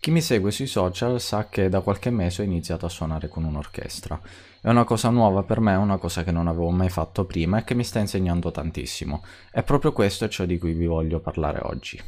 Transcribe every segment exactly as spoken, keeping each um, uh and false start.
Chi mi segue sui social sa che da qualche mese ho iniziato a suonare con un'orchestra. È una cosa nuova per me, una cosa che non avevo mai fatto prima e che mi sta insegnando tantissimo. E proprio questo è ciò di cui vi voglio parlare oggi.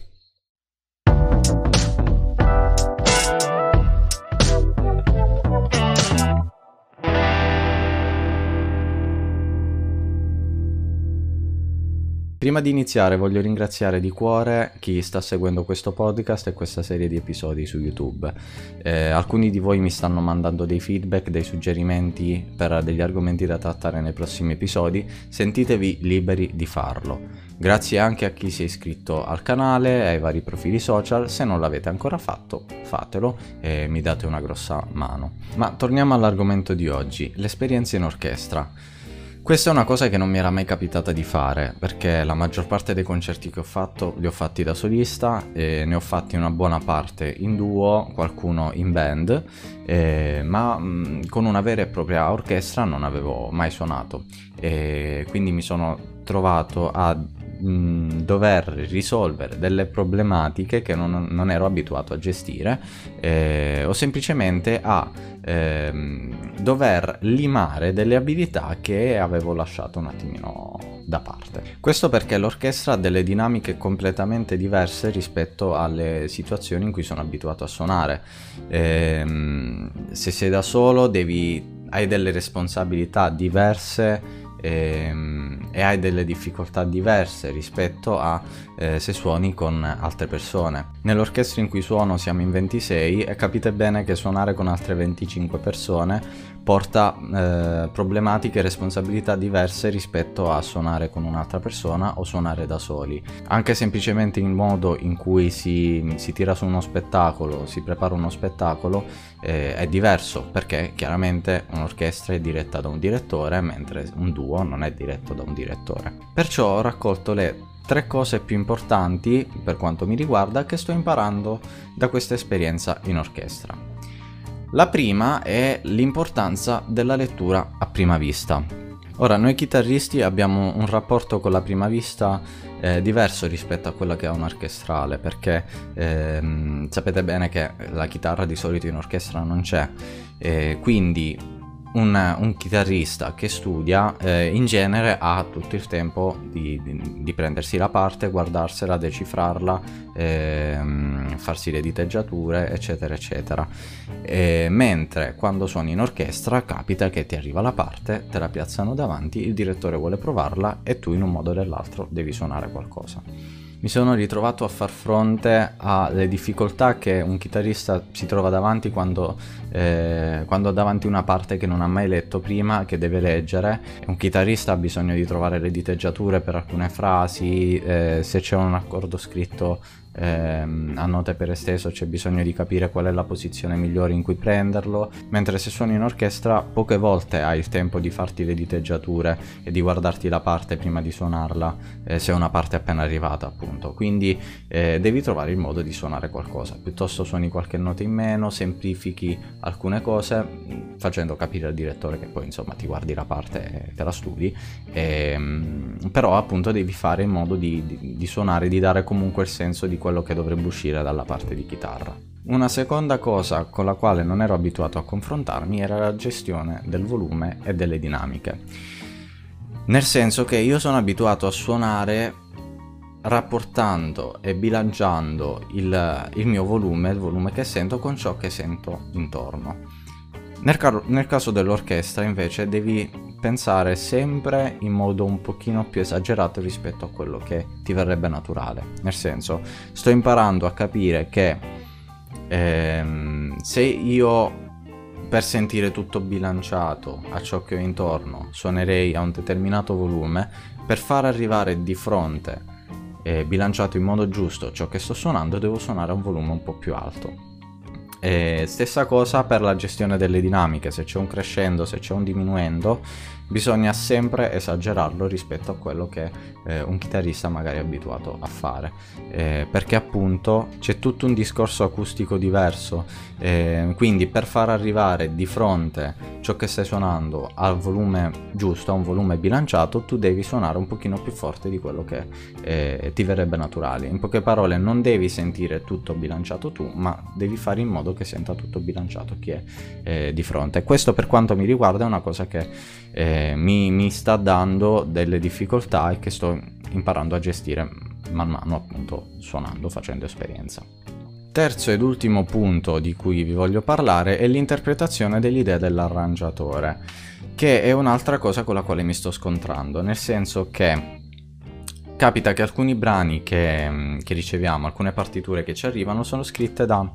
Prima di iniziare voglio ringraziare di cuore chi sta seguendo questo podcast e questa serie di episodi su YouTube. Eh, alcuni di voi mi stanno mandando dei feedback, dei suggerimenti per degli argomenti da trattare nei prossimi episodi, sentitevi liberi di farlo. Grazie anche a chi si è iscritto al canale e ai vari profili social, se non l'avete ancora fatto fatelo e mi date una grossa mano. Ma torniamo all'argomento di oggi, l'esperienza in orchestra. Questa è una cosa che non mi era mai capitata di fare, perché la maggior parte dei concerti che ho fatto li ho fatti da solista e ne ho fatti una buona parte in duo, qualcuno in band, eh, ma mh, con una vera e propria orchestra non avevo mai suonato e quindi mi sono trovato a mh, dover risolvere delle problematiche che non, non ero abituato a gestire eh, o semplicemente a ehm, dover limare delle abilità che avevo lasciato un attimino da parte. Questo perché l'orchestra ha delle dinamiche completamente diverse rispetto alle situazioni in cui sono abituato a suonare. Ehm, se sei da solo devi, hai delle responsabilità diverse e, e hai delle difficoltà diverse rispetto a eh, se suoni con altre persone. Nell'orchestra in cui suono siamo in ventisei e capite bene che suonare con altre venticinque persone porta eh, problematiche e responsabilità diverse rispetto a suonare con un'altra persona o suonare da soli. Anche semplicemente il modo in cui si, si tira su uno spettacolo, si prepara uno spettacolo eh, è diverso, perché chiaramente un'orchestra è diretta da un direttore mentre un duo non è diretto da un direttore. Perciò ho raccolto le tre cose più importanti per quanto mi riguarda che sto imparando da questa esperienza in orchestra. La prima è l'importanza della lettura a prima vista. Ora, noi chitarristi abbiamo un rapporto con la prima vista eh, diverso rispetto a quello che ha un orchestrale, perché ehm, sapete bene che la chitarra di solito in orchestra non c'è, eh, quindi Un, un chitarrista che studia eh, in genere ha tutto il tempo di, di, di prendersi la parte, guardarsela, decifrarla, ehm, farsi le diteggiature, eccetera eccetera. E mentre quando suoni in orchestra capita che ti arriva la parte, te la piazzano davanti, il direttore vuole provarla e tu in un modo o nell'altro devi suonare qualcosa. Mi sono ritrovato a far fronte alle difficoltà che un chitarrista si trova davanti quando, eh, quando ha davanti una parte che non ha mai letto prima, che deve leggere. Un chitarrista ha bisogno di trovare le diteggiature per alcune frasi, eh, se c'è un accordo scritto eh, a note per esteso c'è bisogno di capire qual è la posizione migliore in cui prenderlo, mentre se suoni in orchestra poche volte hai il tempo di farti le diteggiature e di guardarti la parte prima di suonarla, eh, se è una parte appena arrivata appunto. Quindi eh, devi trovare il modo di suonare qualcosa, piuttosto suoni qualche nota in meno, semplifichi alcune cose facendo capire al direttore che poi insomma ti guardi la parte e te la studi, e, però appunto devi fare in modo di, di, di suonare, di dare comunque il senso di quello che dovrebbe uscire dalla parte di chitarra. Una seconda cosa con la quale non ero abituato a confrontarmi era la gestione del volume e delle dinamiche, nel senso che io sono abituato a suonare rapportando e bilanciando il, il mio volume, il volume che sento con ciò che sento intorno. Nel, car- nel caso dell'orchestra invece devi pensare sempre in modo un pochino più esagerato rispetto a quello che ti verrebbe naturale. Nel senso, sto imparando a capire che ehm, se io per sentire tutto bilanciato a ciò che ho intorno suonerei a un determinato volume, per far arrivare di fronte eh, bilanciato in modo giusto ciò che sto suonando devo suonare a un volume un po' più alto. E stessa cosa per la gestione delle dinamiche, se c'è un crescendo, se c'è un diminuendo, bisogna sempre esagerarlo rispetto a quello che eh, un chitarrista magari è abituato a fare, eh, perché appunto c'è tutto un discorso acustico diverso, eh, quindi per far arrivare di fronte ciò che stai suonando al volume giusto, a un volume bilanciato, tu devi suonare un pochino più forte di quello che eh, ti verrebbe naturale. In poche parole, non devi sentire tutto bilanciato tu, ma devi fare in modo che senta tutto bilanciato chi è eh, di fronte. E questo, per quanto mi riguarda, è una cosa che eh, mi, mi sta dando delle difficoltà e che sto imparando a gestire man mano, appunto suonando, facendo esperienza. Terzo ed ultimo punto di cui vi voglio parlare è l'interpretazione dell'idea dell'arrangiatore, che è un'altra cosa con la quale mi sto scontrando, nel senso che capita che alcuni brani che, che riceviamo, alcune partiture che ci arrivano, sono scritte da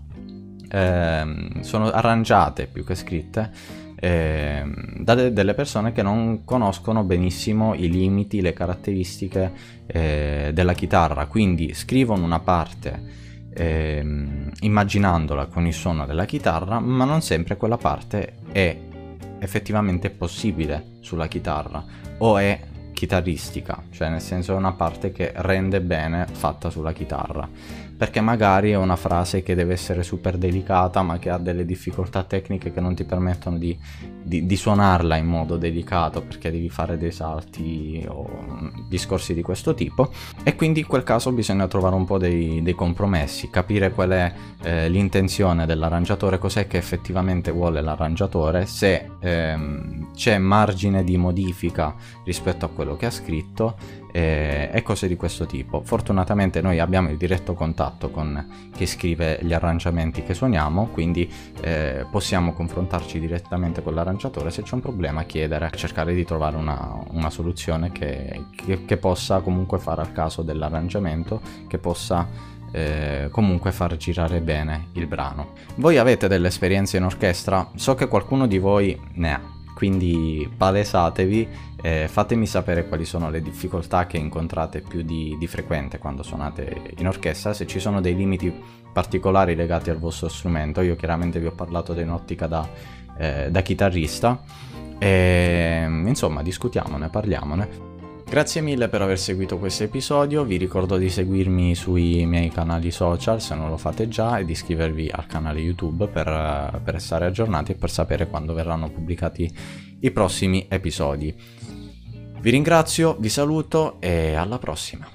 eh, sono arrangiate più che scritte eh, da de- delle persone che non conoscono benissimo i limiti, le caratteristiche eh, della chitarra, quindi scrivono una parte eh, immaginandola con il suono della chitarra, ma non sempre quella parte è effettivamente possibile sulla chitarra o è chitarristica, cioè nel senso è una parte che rende bene fatta sulla chitarra, perché magari è una frase che deve essere super delicata ma che ha delle difficoltà tecniche che non ti permettono di, di, di suonarla in modo delicato, perché devi fare dei salti o discorsi di questo tipo, e quindi in quel caso bisogna trovare un po' dei, dei compromessi, capire qual è eh, l'intenzione dell'arrangiatore, cos'è che effettivamente vuole l'arrangiatore, se ehm, c'è margine di modifica rispetto a quello che ha scritto eh, e cose di questo tipo. Fortunatamente noi abbiamo il diretto contatto con chi scrive gli arrangiamenti che suoniamo, quindi eh, possiamo confrontarci direttamente con l'arrangiatore, se c'è un problema chiedere, cercare di trovare una, una soluzione che, che, che possa comunque fare al caso dell'arrangiamento, che possa Eh, comunque far girare bene il brano. Voi avete delle esperienze in orchestra? So che qualcuno di voi ne ha, quindi palesatevi, eh, fatemi sapere quali sono le difficoltà che incontrate più di, di frequente quando suonate in orchestra, se ci sono dei limiti particolari legati al vostro strumento. Io chiaramente vi ho parlato in ottica da, eh, da chitarrista, e insomma discutiamone, parliamone. Grazie mille per aver seguito questo episodio, vi ricordo di seguirmi sui miei canali social se non lo fate già e di iscrivervi al canale YouTube per, per restare aggiornati e per sapere quando verranno pubblicati i prossimi episodi. Vi ringrazio, vi saluto e alla prossima!